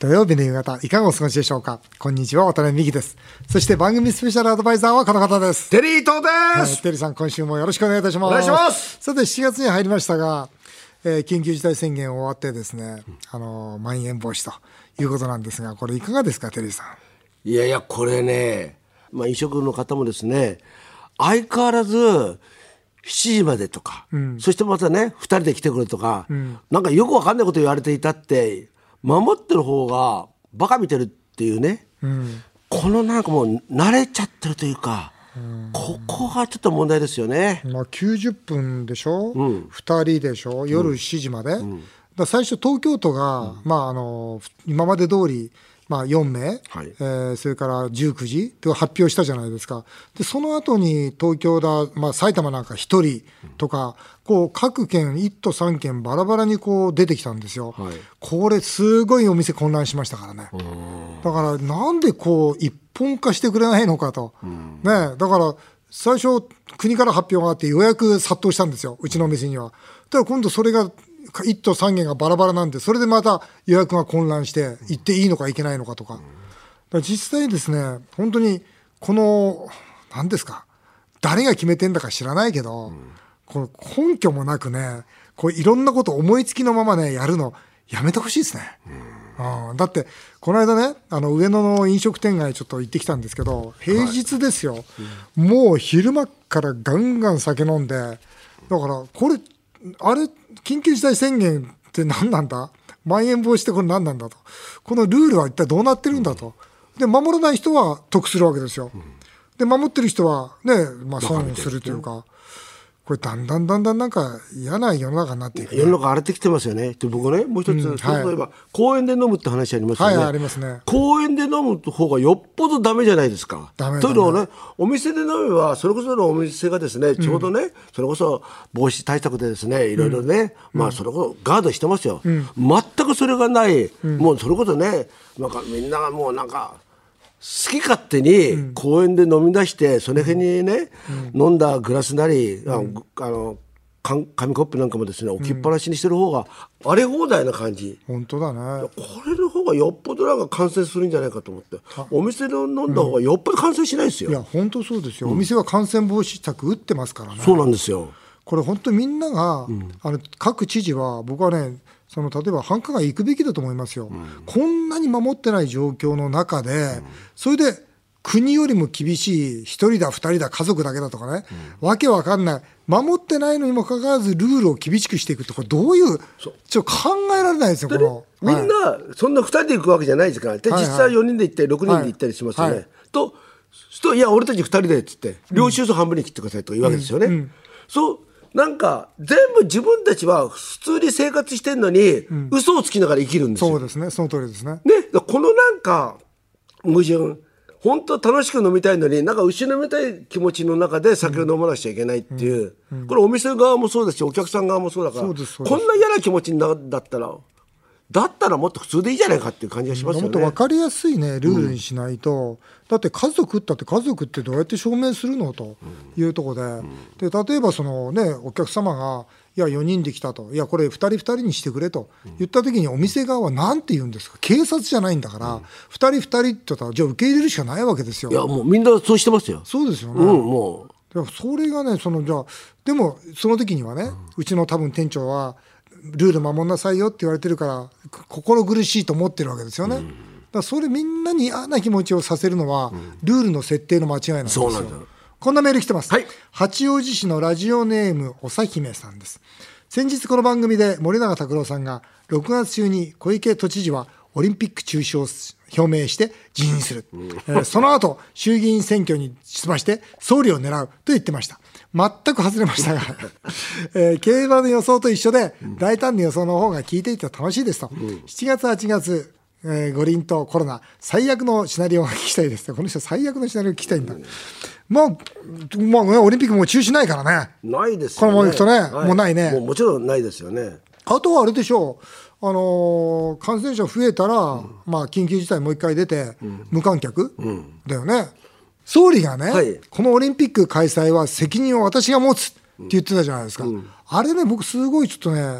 土曜日の夕方いかがお過ごしでしょうか。こんにちは、渡辺美希です。そして番組スペシャルアドバイザーはこの方です。 テリー東です、 テリーさん、今週もよろしくお願いいたします。 お願いします。 さて7月に入りましたが、緊急事態宣言終わってですね、まん延防止ということなんですが、これいかがですか、テリーさん。 いやいや、これね、飲食の方もですね、相変わらず7時までとか、そしてまたね2人で来てくれとか、なんかよくわかんないこと言われていたって、守ってる方がバカ見てるっていうね、このなんかもう慣れちゃってるというか、ここがちょっと問題ですよね。 90分でしょ、2人でしょ、夜7時まで、だ最初東京都が、今まで通り4名、それから19時と発表したじゃないですか。でその後に東京だ、埼玉なんか1人とか、こう各県1都3県バラバラにこう出てきたんですよ、これすごいお店混乱しましたからね。だからなんでこう一本化してくれないのかと、だから最初国から発表があって予約殺到したんですよ、うちのお店には。ただ今度それが1都3県がバラバラなんで、それでまた予約が混乱して行っていいのか行けないのかとか、だから実際ですね、本当にこの何ですか、誰が決めてんだか知らないけど、この根拠もなくね、こういろんなこと思いつきのままねやるのやめてほしいですね。だってこの間ね、上野の飲食店街ちょっと行ってきたんですけど、平日ですよ、もう昼間からガンガン酒飲んで、だからこれあれ緊急事態宣言って何なんだ、まん延防止ってこれ何なんだと、このルールは一体どうなってるんだと。で守らない人は得するわけですよ。で守ってる人はね、損するというか、これだんだんなんか嫌な世の中になっていく、 世の中荒れてきてますよね。で僕ね、もう一つ、例えば公園で飲むって話ありますよね。 ありますね。 公園で飲む方がよっぽどダメじゃないですか。というのはね、お店で飲めばそれこそのお店がですね、ちょうどね、それこそ防止対策でですね、いろいろね、それこそガードしてますよ、全くそれがない、もうそれこそね、なんかみんながもうなんか好き勝手に公園で飲み出して、その辺にね、飲んだグラスなり、紙コップなんかもですね、置きっぱなしにしてる方が荒れ放題な感じ。 本当だね。 これの方がよっぽどなんか感染するんじゃないかと思って、お店で飲んだ方がよっぽど感染しないですよ。 いや本当そうですよ、お店は感染防止策打ってますからね。 そうなんですよ。 これ本当にみんなが、各知事は僕はね、例えば繁華街行くべきだと思いますよ、こんなに守ってない状況の中で、それで国よりも厳しい1人だ2人だ家族だけだとかね、わけわかんない、守ってないのにもかかわらずルールを厳しくしていくって、これどういう、ちょっと考えられないですよ。このみんなそんな2人で行くわけじゃないですから、で実際4人で行って6人で行ったりしますよね、いや俺たち2人でっつって領収書半分に切ってくださいとか言うわけですよね、そうなんか全部自分たちは普通に生活してるのに、嘘をつきながら生きるんですよ。 そうですね、その通りですね。 このなんか矛盾、本当楽しく飲みたいのに、なんか後ろめたい気持ちの中で酒を飲まなくちゃいけないっていう、これお店側もそうですし、お客さん側もそうだから、こんな嫌な気持ちになだったらもっと普通でいいじゃないかっていう感じがしますよね。 もっと分かりやすいねルールにしないと、だって家族ってどうやって証明するのというところで、例えばお客様がいや4人で来たと、いやこれ2人にしてくれと言った時に、お店側は何て言うんですか、警察じゃないんだから、2人って言ったらじゃあ受け入れるしかないわけですよ。 いやもうみんなそうしてますよ。 そうですよね、 もうそれがね、じゃあでもその時にはね、うちの多分店長はルール守んなさいよって言われてるから心苦しいと思ってるわけですよね。だからそれみんなに嫌な気持ちをさせるのは、ルールの設定の間違いなんですよ。 そうなんだ。 こんなメール来てます、八王子市のラジオネームおさひめさんです。先日この番組で森永卓郎さんが6月中に小池都知事はオリンピック中止を表明して辞任する、その後衆議院選挙に出馬して総理を狙うと言ってました。全く外れましたが、競馬の予想と一緒で大胆な予想の方が聞いていて楽しいですと、7月8月、五輪とコロナ最悪のシナリオが聞きたいですと。この人最悪のシナリオ聞きたいんだ、オリンピックもう中止ないからね。 ないですよね。 このままいくとね、もうないね。 もちろんないですよね。 あとはあれでしょう、感染者増えたら、緊急事態もう一回出て、無観客、だよね。総理がね、このオリンピック開催は責任を私が持つって言ってたじゃないですか、あれね、僕すごいちょっとね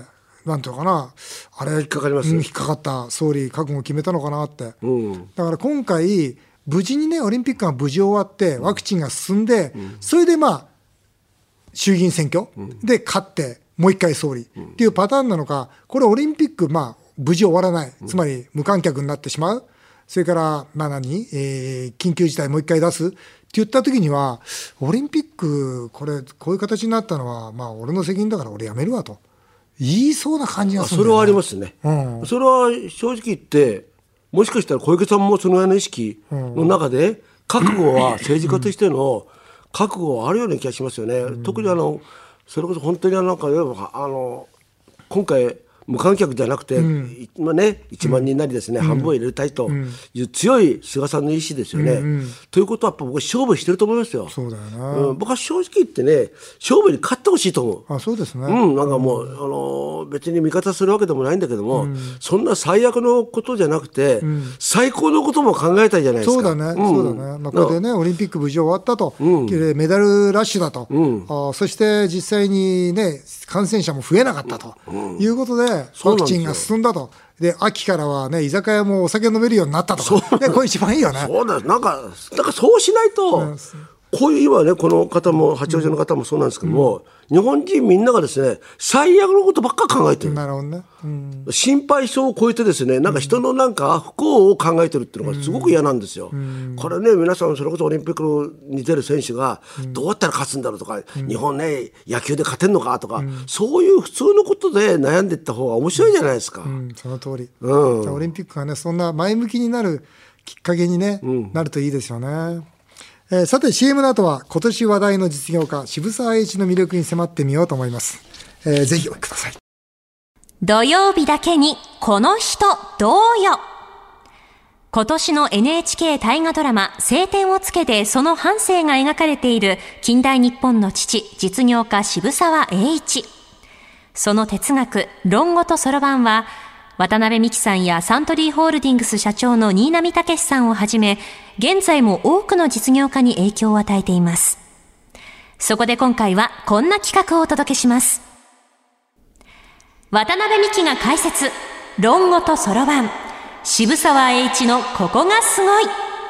なんていうのかな、あれ引っかかります、 引っかかった総理覚悟を決めたのかなって、だから今回無事にねオリンピックが無事終わってワクチンが進んで、それで衆議院選挙で勝ってもう一回総理っていうパターンなのか、これオリンピック無事終わらない、つまり無観客になってしまう、それから緊急事態もう一回出すって言った時には、オリンピックこういう形になったのは俺の責任だから俺やめるわと言いそうな感じがするんだよね。 それはありますね、それは正直言ってもしかしたら小池さんもそのような意識の中で覚悟は政治家としての覚悟はあるような気がしますよね、特にそれこそ本当に今回無観客じゃなくて、今ね1万人なりですね、半分を入れたいという強い菅さんの意思ですよね、ということはやっぱ僕は勝負してると思いますよ。 そうだよね、 僕は正直言ってね勝負に勝ってほしいと思う。 そうですね、 なんかもう、別に味方するわけでもないんだけども、そんな最悪のことじゃなくて、最高のことも考えたいじゃないですか。 そうだね、そうだね、これでねオリンピック無事終わったと、メダルラッシュだと、そして実際にね感染者も増えなかったと、いうことでワクチンが進んだと。で秋からはね居酒屋もお酒飲めるようになったとか、これ一番いいよね。 そうだ、なんかそうしないと、こういう今ねこの方も八王子の方もそうなんですけども、日本人みんながですね最悪のことばっか考えてる。 なるほどね、 心配性を超えてですね、なんか人のなんか不幸を考えてるっていうのがすごく嫌なんですよ、これね皆さんそれこそオリンピックに出る選手がどうやったら勝つんだろうとか、日本ね野球で勝てんのかとか、そういう普通のことで悩んでいった方が面白いじゃないですか、 その通り、オリンピックがねそんな前向きになるきっかけに、なるといいですよね。さて CM の後は今年話題の実業家渋沢栄一の魅力に迫ってみようと思います。ぜひお聞きください。 土曜日だけにこの人どうよ。今年の NHK 大河ドラマ青天を衝けでその半生が描かれている近代日本の父実業家渋沢栄一。その哲学論語とそろばんは渡辺美樹さんやサントリーホールディングス社長の新浪剛史さんをはじめ、現在も多くの実業家に影響を与えています。そこで今回はこんな企画をお届けします。渡辺美樹が解説、論語とそろばん、渋沢栄一のここがすごい。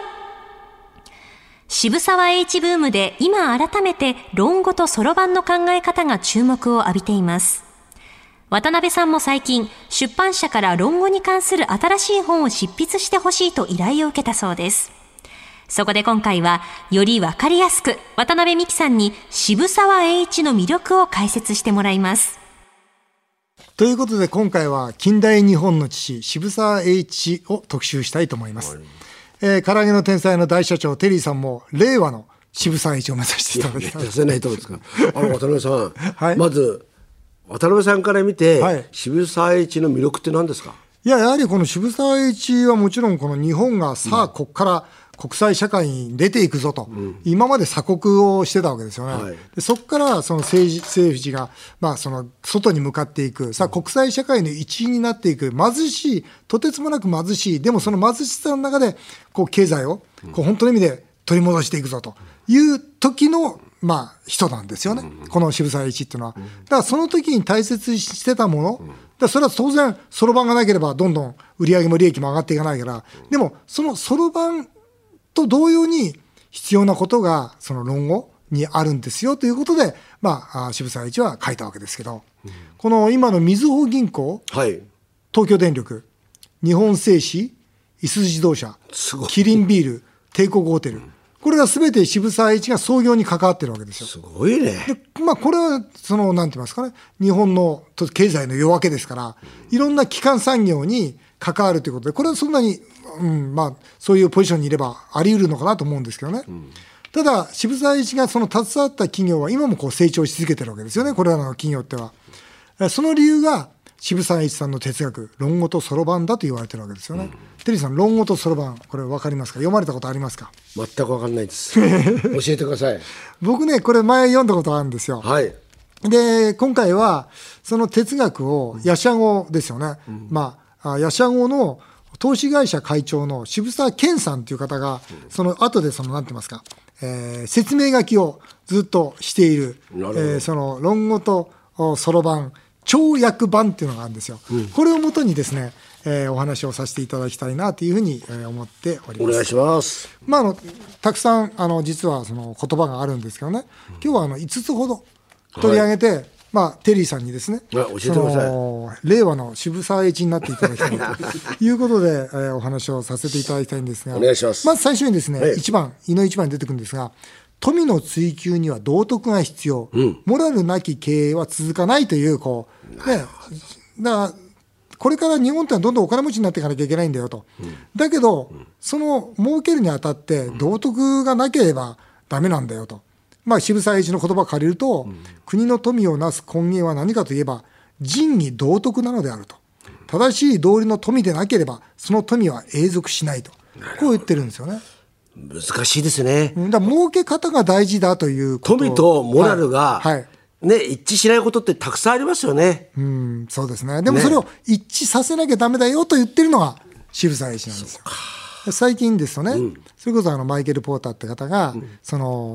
渋沢栄一ブームで今改めて論語とそろばんの考え方が注目を浴びています。渡辺さんも最近、出版社から論語に関する新しい本を執筆してほしいと依頼を受けたそうです。そこで今回は、よりわかりやすく、渡辺美樹さんに渋沢栄一の魅力を解説してもらいます。 ということで今回は近代日本の父、渋沢栄一を特集したいと思います。唐揚げの天才の大社長、テリーさんも、令和の渋沢栄一を目指していただきたい。 出せないと思うんですか。渡辺さん、まず、渡辺さんから見て、渋沢栄一の魅力って何ですか？ やはりこの渋沢栄一はもちろんこの日本がさあここから国際社会に出ていくぞと、今まで鎖国をしてたわけですよね。でそこからその政治が、その外に向かっていく、さあ国際社会の一員になっていく、貧しい、とてつもなく貧しい、でもその貧しさの中でこう経済をこう本当の意味で取り戻していくぞという時の人なんですよね、この渋沢栄一っていうのは。だからその時に大切にしてたもの、だそれは当然そろばんがなければどんどん売り上げも利益も上がっていかないから、でもそのそろばんと同様に必要なことがその論語にあるんですよということで、渋沢栄一は書いたわけですけど、この今のみずほ銀行、東京電力、日本製紙、いすゞ自動車、キリンビール、帝国ホテル、これが全て渋沢栄一が創業に関わってるわけですよ。 すごいね。 でこれはそのなんて言いますかね、日本の経済の夜明けですから、いろんな基幹産業に関わるということで、これはそんなに、そういうポジションにいればあり得るのかなと思うんですけどね。ただ渋沢栄一がその携わった企業は今もこう成長し続けてるわけですよね、これらの企業っては。その理由が渋沢栄一さんの哲学、論語とそろばんだと言われてるわけですよね。テリーさん、論語とそろばん、これ分かりますか？読まれたことありますか？ 全く分かんないです。教えてください。 僕ね、これ前読んだことあるんですよ。で、今回はその哲学をヤシャ語ですよね。ヤシャ語の投資会社会長の渋沢健さんという方が、その後でそのなんて言いますか、説明書きをずっとしている、その論語とそろばん、 跳躍版っていうのがあるんですよ。これをもとにですね、お話をさせていただきたいなというふうに思っております。 お願いします。 たくさん実はその言葉があるんですけどね、今日は5つほど取り上げて、テリーさんにですね、 教えてください。 令和の渋沢栄一になっていただきたいということで、お話をさせていただきたいんですが、 お願いします。 まず最初にですね、胃の一番に出てくるんですが、富の追求には道徳が必要、モラルなき経営は続かないという、だからこれから日本ってのはどんどんお金持ちになっていかなきゃいけないんだよと。だけど、その儲けるにあたって道徳がなければダメなんだよと。渋沢栄一の言葉を借りると、国の富をなす根源は何かといえば、仁義道徳なのであると。正しい道理の富でなければ、その富は永続しないと。こう言ってるんですよね。 難しいですね。 だから儲け方が大事だということ。 富とモラルが、一致しないことってたくさんありますよね。 そうですね。でもそれを一致させなきゃダメだよと言ってるのが渋沢栄一なんですよ。最近ですとね、それこそマイケル・ポーターって方が、その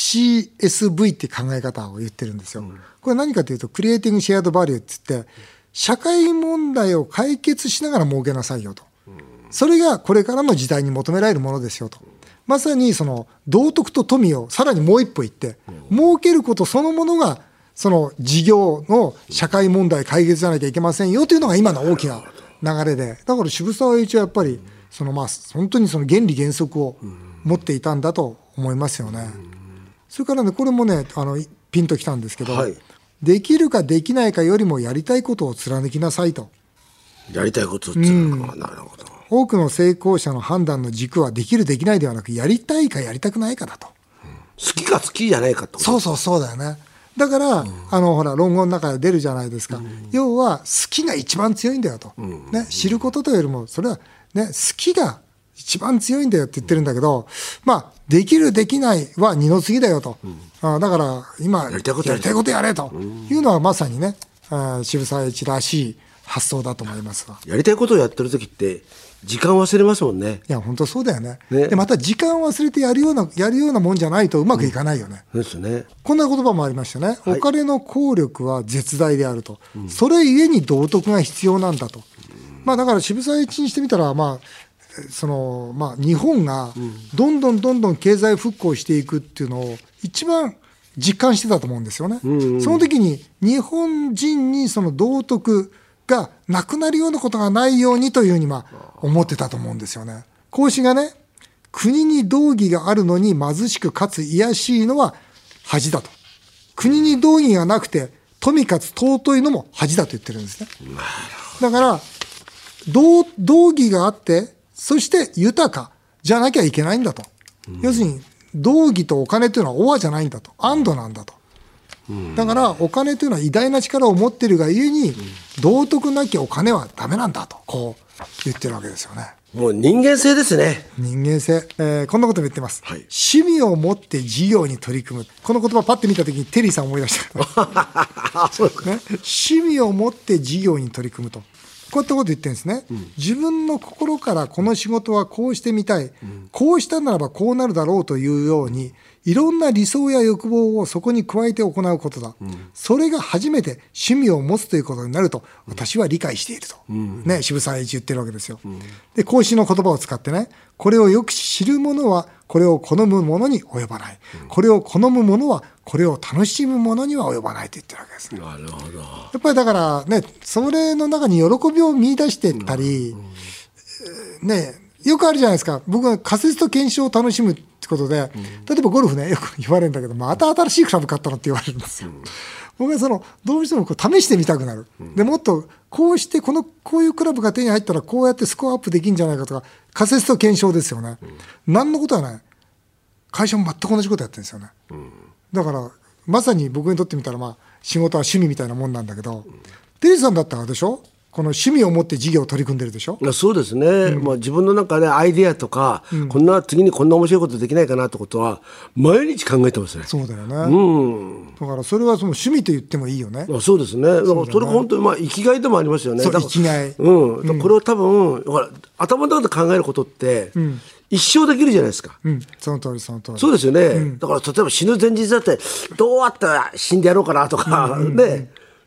CSV って考え方を言ってるんですよ。これ何かというと、クリエイティング・シェアド・バリューって言って、社会問題を解決しながら儲けなさいよと。それがこれからの時代に求められるものですよと。まさにその道徳と富をさらにもう一歩言って、儲けることそのものがその事業の社会問題解決じゃなきゃいけませんよというのが今の大きな流れで、だから渋沢栄一はやっぱりその本当にその原理原則を持っていたんだと思いますよね。それからね、これもねピンときたんですけど、できるかできないかよりもやりたいことを貫きなさいと。 やりたいことっていうのは、なるほど。 多くの成功者の判断の軸はできるできないではなく、やりたいかやりたくないかだと。 好きか好きじゃないかってこと。 そうだよね。だから、ほら論語の中で出るじゃないですか。要は好きが一番強いんだよと。知ることというよりもそれはね、好きが一番強いんだよって言ってるんだけど、できるできないは二の次だよと。だから今やりたいことやれというのはまさにね、渋沢栄一らしい発想だと思いますが。 やりたいことをやってる時って時間忘れますもんね。 いや本当そうだよね。でまた時間忘れてやるようなもんじゃないとうまくいかないよね。 ですね。 こんな言葉もありましたね。お金の効力は絶大であると。それゆえに道徳が必要なんだと。だから渋沢栄一にしてみたら、日本がどんどん経済復興していくっていうのを一番実感してたと思うんですよね。その時に日本人にその道徳がなくなるようなことがないようにというふうに思ってたと思うんですよね。孔子がね、国に道義があるのに貧しくかつ卑しいのは恥だと。国に道義がなくて富かつ尊いのも恥だと言ってるんですね。だから道義があってそして豊かじゃなきゃいけないんだと。要するに道義とお金というのはオアじゃないんだと。安堵なんだと。だからお金というのは偉大な力を持っているがゆえに道徳なきお金はダメなんだとこう言ってるわけですよね。 もう人間性ですね。 人間性、こんなことも言ってます、趣味を持って事業に取り組む。この言葉パッて見たときにテリーさん思い出したそうですね。趣味を持って事業に取り組むとこういったこと言ってるんですね。自分の心からこの仕事はこうしてみたい、こうしたならばこうなるだろうというようにいろんな理想や欲望をそこに加えて行うことだ、それが初めて趣味を持つということになると私は理解していると、渋沢栄一言ってるわけですよ。で孔子の言葉を使ってね、これをよく知る者はこれを好む者に及ばない、これを好む者はこれを楽しむ者には及ばないと言ってるわけです。 なるほど。 やっぱりだからね、それの中に喜びを見出してったり、よくあるじゃないですか。僕は仮説と検証を楽しむってことで、例えばゴルフね、よく言われるんだけど、また新しいクラブ買ったのって言われるんですよ。僕はどうしても試してみたくなる。でもっとこうしてこういうクラブが手に入ったらこうやってスコアアップできるんじゃないかとか、仮説と検証ですよね。何のことはない。会社も全く同じことやってるんですよね。だからまさに僕にとってみたら仕事は趣味みたいなもんなんだけど、テリーさんだったらでしょ、この趣味を持って事業を取り組んでるでしょ。 そうですね、自分の中でアイデアとか、次にこんな面白いことできないかなってことは毎日考えてますね。 そうだよね、だからそれはその趣味と言ってもいいよね。 そうですね。だからそれが本当に生きがいでもありますよね。 そう、生きがい、 これを多分ほら頭の中で考えることって、一生できるじゃないですか。 その通りその通り。 そうですよね、だから例えば死ぬ前日だってどうやったら死んでやろうかなとか、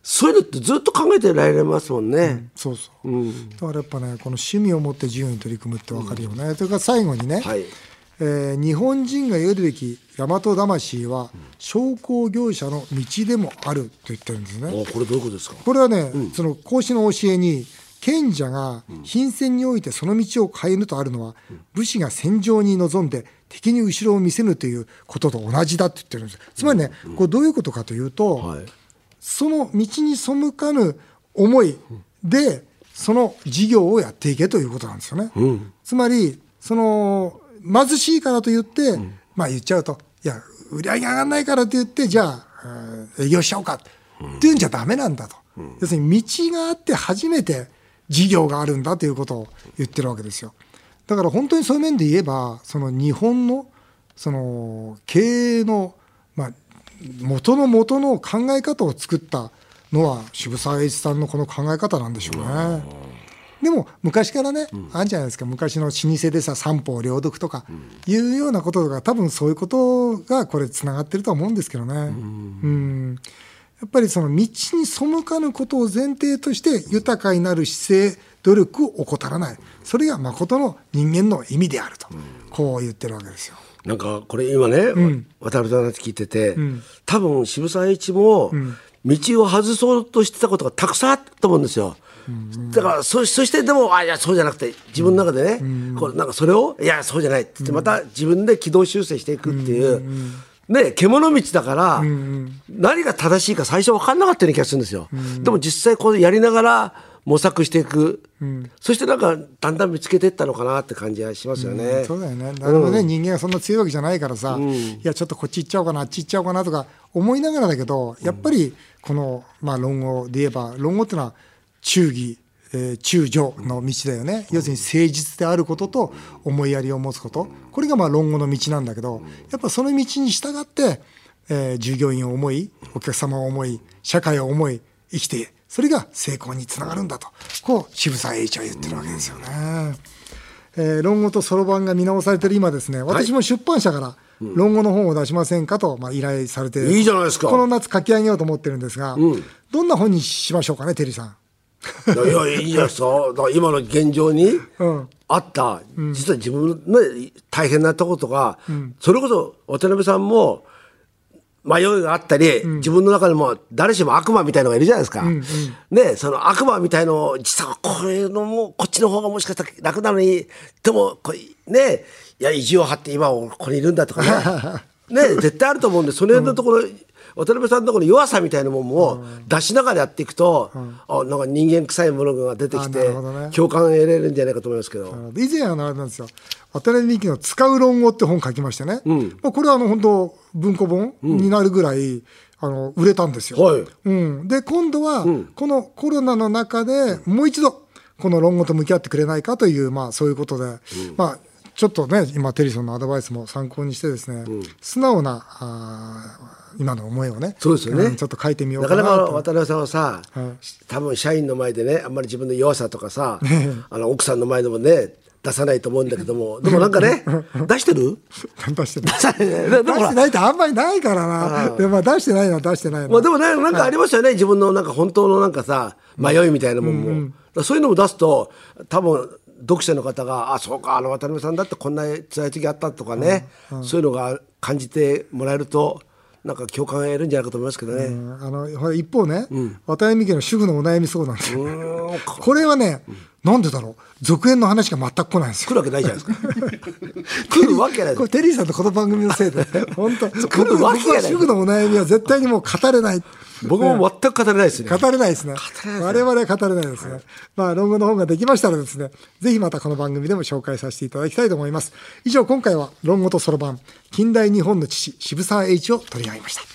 そういうのってずっと考えてられますもんね。 そうそう、だからやっぱね、この趣味を持って授業に取り組むって分かるよね。それから最後にね、日本人が得るべき大和魂は商工業者の道でもあると言ってるんですね。 これどういうことですか。 これはね、その孔子の教えに、賢者が貧戦においてその道を変えぬとあるのは、武士が戦場に臨んで敵に後ろを見せぬということと同じだって言ってるんです。つまりね、これどういうことかというと、その道に背かぬ思いでその事業をやっていけということなんですよね。つまりその貧しいからといって、まあ言っちゃうと、いや売り上げ上がらないからといってじゃあ営業しちゃおうかっていうんじゃダメなんだと、要するに道があって初めて事業があるんだということを言ってるわけですよ。だから本当にそういう面で言えば、その日本のその経営の元の考え方を作ったのは渋沢栄一さんのこの考え方なんでしょうね。でも昔からね、あるんじゃないですか、昔の老舗でさ、三方両読とかいうようなことが、多分そういうことがこれつながってるとは思うんですけどね。やっぱりその道に背かぬことを前提として豊かになる姿勢努力を怠らない、それが誠の人間の意味であると、こう言ってるわけですよ。 なんかこれ今ね、渡辺さんの話聞いてて、多分渋沢栄一も道を外そうとしてたことがたくさんあったと思うんですよ。だからそしてでもいやそうじゃなくて、自分の中でね、こうなんかそれをいやそうじゃないって言って、また自分で軌道修正していくっていう、ね、獣道だから、何が正しいか最初分かんなかったような気がするんですよ。でも実際こうやりながら模索していく、そしてなんかだんだん見つけていったのかなって感じがしますよね。 そうだよね。誰もね、人間がそんな強いわけじゃないからさ、いやちょっとこっち行っちゃおうかな、あっち行っちゃおうかなとか思いながらだけど、やっぱりこの、論語で言えば、論語っていうのは忠義、忠序の道だよね。要するに誠実であることと思いやりを持つこと、これが論語の道なんだけど、やっぱその道に従って、従業員を思い、お客様を思い、社会を思い生きて、それが成功につながるんだと、こう渋沢栄一は言ってるわけですよね。論語とそろばんが見直されてる今ですね、私も出版社から論語の本を出しませんかと、依頼されて、 いいじゃないですか。 この夏書き上げようと思ってるんですが、どんな本にしましょうかね、テリーさん。 いやいいじゃないですか。だから今の現状にあった、実は自分の大変なところとか、それこそ渡辺さんも迷いがあったり、自分の中でも誰しも悪魔みたいのがいるじゃないですか。ね、その悪魔みたいのを実はこれのもこっちの方がもしかしたら楽なのに、でもこれね、いや意地を張って今ここにいるんだとかね、ね絶対あると思うんで、その辺のところ、渡辺さんのところの弱さみたいなものも出しながらやっていくと、なんか人間臭いものが出てきて、共感得れるんじゃないかと思いますけど。 以前あれなんですよ、渡辺美樹の使う論語って本書きましてね、これは本当文庫本になるぐらい、売れたんですよ。で今度は、このコロナの中でもう一度この論語と向き合ってくれないかという、そういうことで、ちょっとね、今テリーさんのアドバイスも参考にしてですね、素直な今の思いをね、 そうですよね、 ちょっと書いてみようかなと。 なかなか渡辺さんはさ、多分社員の前でね、あんまり自分の弱さとかさ、奥さんの前でもね出さないと思うんだけども、でもなんかね出してる出してないってあんまりないからな。でも出してないのは出してないの。 でもね、なんかありますよね、自分のなんか本当のなんかさ迷いみたいなもんも、そういうのも出すと多分読者の方が、あ、そうか、渡辺さんだってこんな辛い時あったとかね、そういうのが感じてもらえると、なんか共感が得るんじゃないかと思いますけどね。 一方ね、渡辺美樹の主婦のお悩み相談ですよ。これはね、なんでだろう、続編の話が全く来ないんですよ。 来るわけないじゃないですか。来るわけない。 これテリーさんとこの番組のせいで本当来るわけない。 主婦のお悩みは絶対にもう語れない。 僕も全く語れないですね。 語れないですね。我々は語れないですね。論語の本ができましたらですね、ぜひまたこの番組でも紹介させていただきたいと思います。以上、今回は論語とそろばん、近代日本の父渋沢栄一を取り上げました。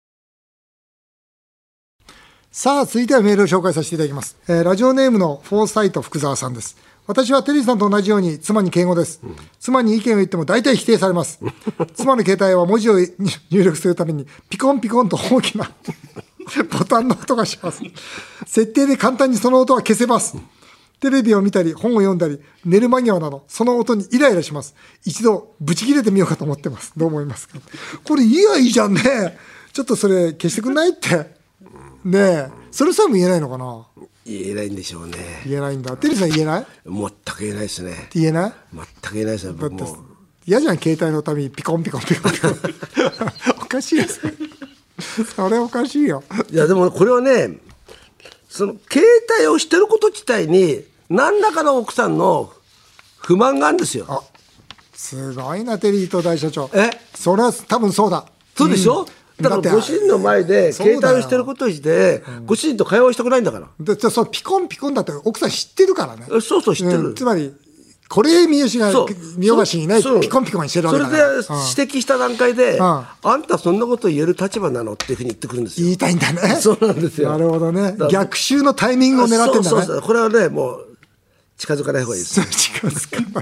さあ、続いてはメールを紹介させていただきます。ラジオネームのフォーサイト福沢さんです。私はテリーさんと同じように妻に敬語です。妻に意見を言っても大体否定されます。妻の携帯は文字を入力するためにピコンピコンと大きなボタンの音がします。設定で簡単にその音は消せます。テレビを見たり本を読んだり寝る間際などその音にイライラします。一度ブチ切れてみようかと思ってます。どう思いますか。これいいじゃんね。ちょっとそれ消してくんないって。 ねえ、それさえも言えないのかな。 言えないんでしょうね。 言えないんだ。テリーさん言えない？ 全く言えないですね。 言えない？ 全く言えないですよ。僕も嫌じゃん、携帯のためにピコンピコンピコンピコンおかしいです。それおかしいよ。 いやでもこれはね、その携帯をしてること自体に何らかの奥さんの不満があるんですよ。 すごいな、テリーと大社長。 え、 それは多分そうだ。 そうでしょ、だからご主人の前で携帯をしてることをして、ご主人と会話をしたくないんだから。 でそのピコンピコンだって奥さん知ってるからね。 そうそう、知ってる。 つまりこれ見よがしにね、ピコンピコンしてるわけだから。 それで指摘した段階で、あんたそんなこと言える立場なのっていうふうに言ってくるんですよ。 言いたいんだね。 そうなんですよ。 なるほどね。逆襲のタイミングを狙ってんだね。 そうこれはね、もう近づかない方がいいです。 近づかない。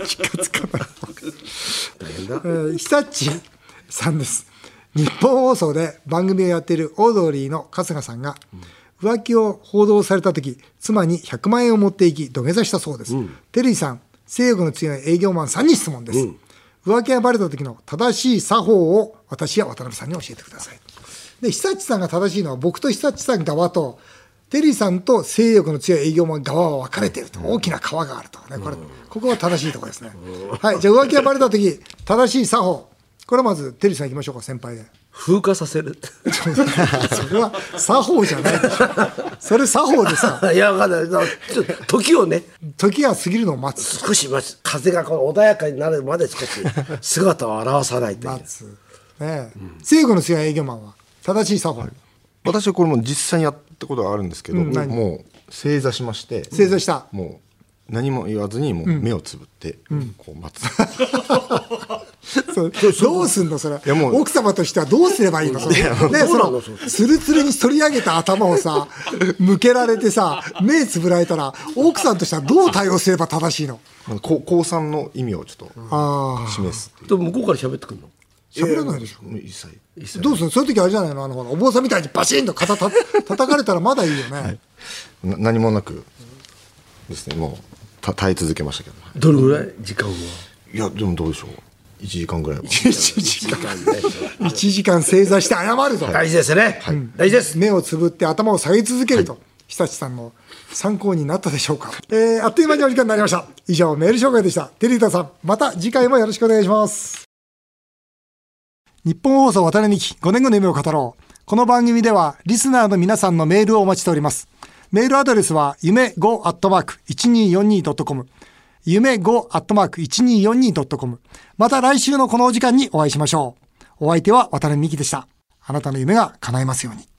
大変だ。 久地さんです。日本放送で番組をやっているオードリーの春日さんが、浮気を報道された時、妻に100万円を持っていき土下座したそうです。テリーさん、性欲の強い営業マンさんに質問です。浮気がバレた時の正しい作法を私や渡辺さんに教えてください。で、久地さんが正しいのは僕と久地さん側とテリーさんと性欲の強い営業マン側は分かれていると、大きな川があるとね、ここが正しいところですね。はい、じゃあ浮気がバレた時正しい作法、これはまずテリーさんいきましょうか。先輩で風化させるそれは作法じゃないでしょ。それ作法でさいや分かんない時をね、 時が過ぎるのを待つ。 少し待つ。風がこう穏やかになるまで少し姿を現さないと待つ、ね。性欲の強い営業マンは正しい作法、 私はこれも実際にやったことがあるんですけど、もう正座しまして、 正座した、 もう何も言わずにもう目をつぶってこう待つ、 どうすんのそれ。 いやもう奥様としてはどうすればいいのそれ、ね、そのツルツルに反り上げた頭をさ向けられてさ目つぶられたら奥さんとしてはどう対応すれば正しいの。 降参の意味をちょっと示すっていう。 向こうから喋ってくるの。 喋らないでしょ、 一切。 どうするのそういう時あれじゃないの、お坊さんみたいにバシンと肩叩かれたらまだいいよね、はい、 何もなくですね、もう耐え続けましたけど、 どれぐらい時間は。 いやでもどうでしょう、1時間ぐらいは。 1時間正座して謝ると、 大事ですね、大事です。 目をつぶって頭を下げ続けると、久地さんの参考になったでしょうか。あっという間にお時間になりました。以上メール紹介でした。テリータさん、また次回もよろしくお願いします。日本放送渡辺美希5年後の夢を語ろう。この番組ではリスナーの皆さんのメールをお待ちしております。メールアドレスは夢 5@1242.com、夢 5@1242.com。また来週のこのお時間にお会いしましょう。お相手は渡辺美希でした。あなたの夢が叶いますように。